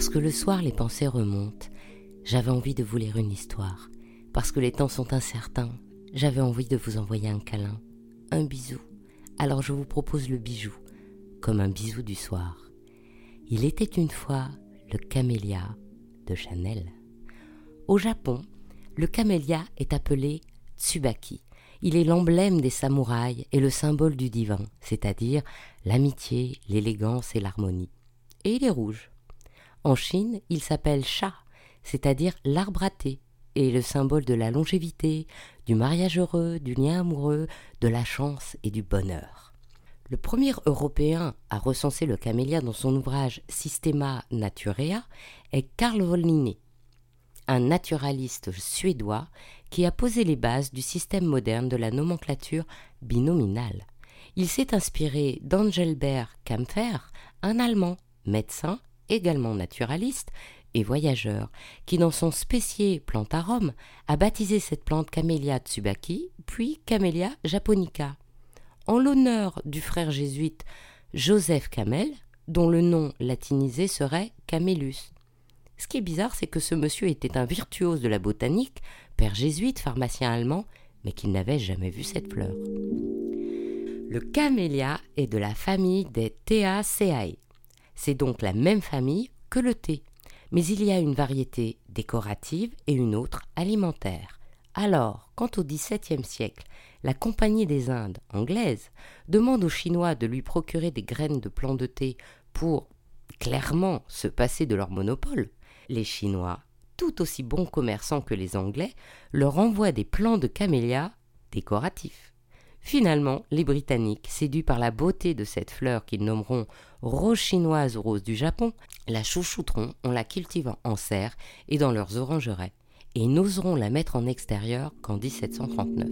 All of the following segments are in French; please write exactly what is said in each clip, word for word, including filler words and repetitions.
Parce que le soir les pensées remontent, j'avais envie de vous lire une histoire. Parce que les temps sont incertains, j'avais envie de vous envoyer un câlin, un bisou. Alors je vous propose le bijou, comme un bisou du soir. Il était une fois le camélia de Chanel. Au Japon, le camélia est appelé tsubaki. Il est l'emblème des samouraïs et le symbole du divin, c'est-à-dire l'amitié, l'élégance et l'harmonie. Et il est rouge. En Chine, il s'appelle sha, c'est-à-dire l'arbre à thé, et le symbole de la longévité, du mariage heureux, du lien amoureux, de la chance et du bonheur. Le premier Européen à recenser le camélia dans son ouvrage Systema Naturae est Carl von Linné, un naturaliste suédois qui a posé les bases du système moderne de la nomenclature binominale. Il s'est inspiré d'Engelbert Kampfer, un Allemand, médecin, également naturaliste et voyageur, qui dans son spécier Plantarum a baptisé cette plante Camellia tsubaki, puis Camellia japonica, en l'honneur du frère jésuite Joseph Camel, dont le nom latinisé serait Camellus. Ce qui est bizarre, c'est que ce monsieur était un virtuose de la botanique, père jésuite, pharmacien allemand, mais qu'il n'avait jamais vu cette fleur. Le camélia est de la famille des Thaceae. C'est donc la même famille que le thé, mais il y a une variété décorative et une autre alimentaire. Alors, quand au dix-septième siècle, la Compagnie des Indes, anglaise, demande aux Chinois de lui procurer des graines de plants de thé pour, clairement, se passer de leur monopole, les Chinois, tout aussi bons commerçants que les Anglais, leur envoient des plants de camélia décoratifs. Finalement, les Britanniques, séduits par la beauté de cette fleur qu'ils nommeront rose chinoise ou rose du Japon, la chouchouteront en la cultivant en serre et dans leurs orangeraies, et n'oseront la mettre en extérieur qu'en dix-sept cent trente-neuf.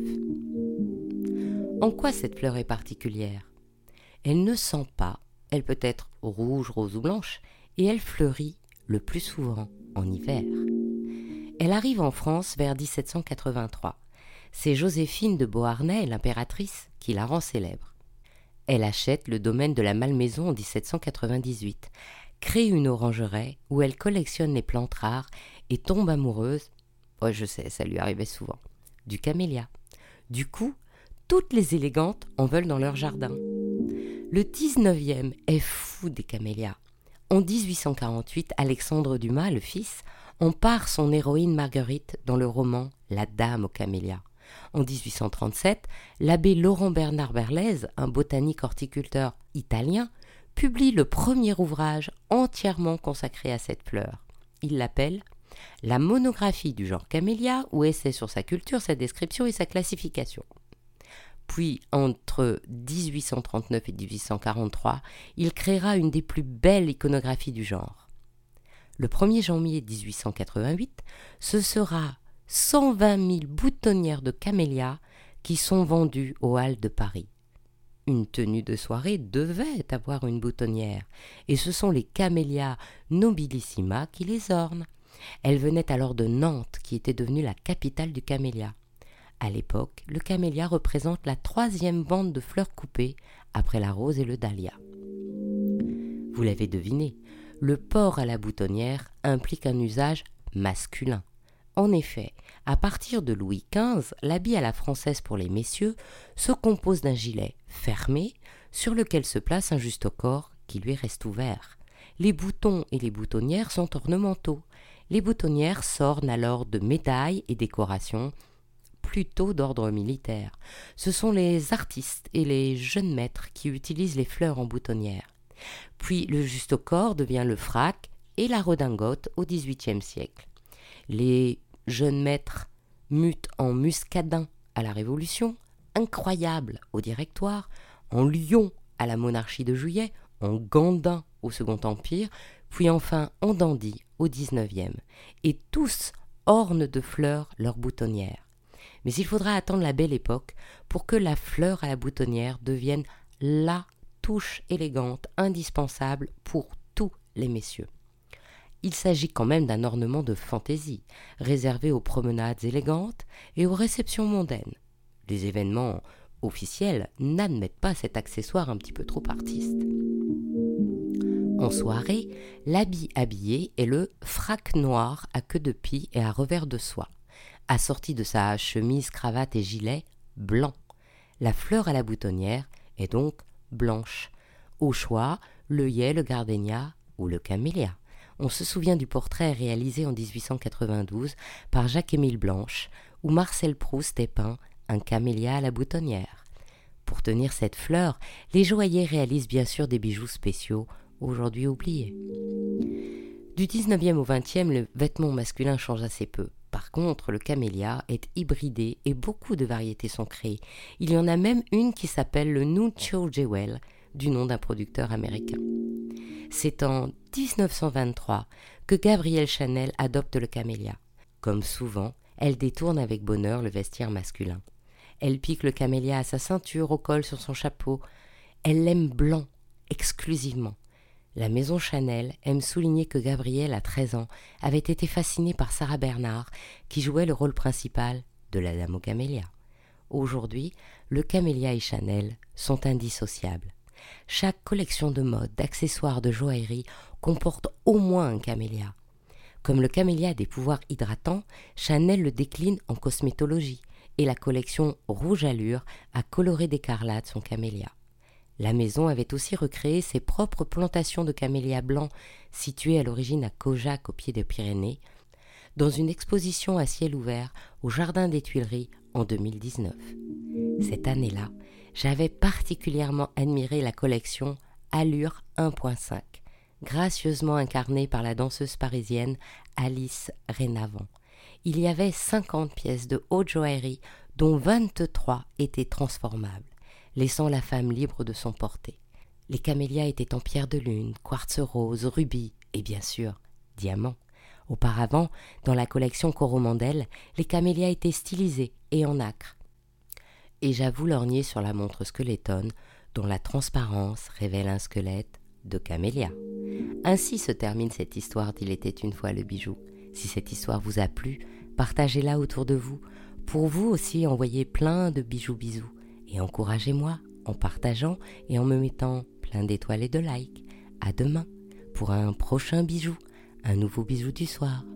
En quoi cette fleur est particulière ? Elle ne sent pas, elle peut être rouge, rose ou blanche, et elle fleurit le plus souvent en hiver. Elle arrive en France vers dix-sept cent quatre-vingt-trois. C'est Joséphine de Beauharnais, l'impératrice, qui la rend célèbre. Elle achète le domaine de la Malmaison en dix-sept cent quatre-vingt-dix-huit, crée une orangeraie où elle collectionne les plantes rares et tombe amoureuse, oh je sais, ça lui arrivait souvent, du camélia. Du coup, toutes les élégantes en veulent dans leur jardin. Le dix-neuvième est fou des camélias. En dix-huit cent quarante-huit, Alexandre Dumas, le fils, empare son héroïne Marguerite dans le roman La Dame aux camélias. En dix-huit cent trente-sept, l'abbé Laurent Bernard Berlez, un botanique horticulteur italien, publie le premier ouvrage entièrement consacré à cette fleur. Il l'appelle « La monographie du genre camélia » ou essai sur sa culture, sa description et sa classification. Puis, entre dix-huit cent trente-neuf et dix-huit cent quarante-trois, il créera une des plus belles iconographies du genre. Le premier janvier dix-huit cent quatre-vingt-huit, ce sera cent vingt mille boutonnières de camélias qui sont vendues aux Halles de Paris. Une tenue de soirée devait avoir une boutonnière, et ce sont les camélias nobilissima qui les ornent. Elles venaient alors de Nantes, qui était devenue la capitale du camélia. À l'époque, le camélia représente la troisième bande de fleurs coupées, après la rose et le dahlia. Vous l'avez deviné, le port à la boutonnière implique un usage masculin. En effet, à partir de Louis quinze, l'habit à la française pour les messieurs se compose d'un gilet fermé sur lequel se place un juste-au-corps qui lui reste ouvert. Les boutons et les boutonnières sont ornementaux. Les boutonnières s'ornent alors de médailles et décorations plutôt d'ordre militaire. Ce sont les artistes et les jeunes maîtres qui utilisent les fleurs en boutonnière. Puis le juste-au-corps devient le frac et la redingote au dix-huitième siècle. Les jeunes maîtres mutent en muscadins à la Révolution, incroyables au Directoire, en lion à la monarchie de Juillet, en gandin au Second Empire, puis enfin en dandy au dix-neuvième. Et tous ornent de fleurs leurs boutonnières. Mais il faudra attendre la Belle Époque pour que la fleur à la boutonnière devienne la touche élégante indispensable pour tous les messieurs. Il s'agit quand même d'un ornement de fantaisie, réservé aux promenades élégantes et aux réceptions mondaines. Les événements officiels n'admettent pas cet accessoire un petit peu trop artiste. En soirée, l'habit habillé est le frac noir à queue de pie et à revers de soie, assorti de sa chemise, cravate et gilet blanc. La fleur à la boutonnière est donc blanche. Au choix, l'œillet, le gardénia ou le camélia. On se souvient du portrait réalisé en dix-huit cent quatre-vingt-douze par Jacques-Émile Blanche, où Marcel Proust est peint un camélia à la boutonnière. Pour tenir cette fleur, les joailliers réalisent bien sûr des bijoux spéciaux, aujourd'hui oubliés. Du dix-neuvième au vingtième, le vêtement masculin change assez peu. Par contre, le camélia est hybridé et beaucoup de variétés sont créées. Il y en a même une qui s'appelle le Nuncio Jewel, du nom d'un producteur américain. C'est en dix-neuf cent vingt-trois que Gabrielle Chanel adopte le camélia. Comme souvent, elle détourne avec bonheur le vestiaire masculin. Elle pique le camélia à sa ceinture, au col, sur son chapeau. Elle l'aime blanc, exclusivement. La maison Chanel aime souligner que Gabrielle, à treize ans, avait été fascinée par Sarah Bernhardt, qui jouait le rôle principal de la dame au camélia. Aujourd'hui, le camélia et Chanel sont indissociables. Chaque collection de mode, d'accessoires, de joaillerie comporte au moins un camélia. Comme le camélia a des pouvoirs hydratants, Chanel le décline en cosmétologie et la collection Rouge Allure a coloré d'écarlate son camélia. La maison avait aussi recréé ses propres plantations de camélias blancs situées à l'origine à Caujac au pied des Pyrénées, dans une exposition à ciel ouvert au Jardin des Tuileries en deux mille dix-neuf. Cette année-là, j'avais particulièrement admiré la collection Allure un point cinq, gracieusement incarnée par la danseuse parisienne Alice Rénavant. Il y avait cinquante pièces de haute joaillerie, dont vingt-trois étaient transformables, laissant la femme libre de s'emporter. Les camélias étaient en pierre de lune, quartz rose, rubis et bien sûr, diamants. Auparavant, dans la collection Coromandel, les camélias étaient stylisés et en nacre. Et j'avoue lorgner sur la montre Skeleton, dont la transparence révèle un squelette de camélia. Ainsi se termine cette histoire d'Il était une fois le bijou. Si cette histoire vous a plu, partagez-la autour de vous. Pour vous aussi, envoyez plein de bijoux bisous. Et encouragez-moi en partageant et en me mettant plein d'étoiles et de likes. À demain pour un prochain bijou, un nouveau bijou du soir.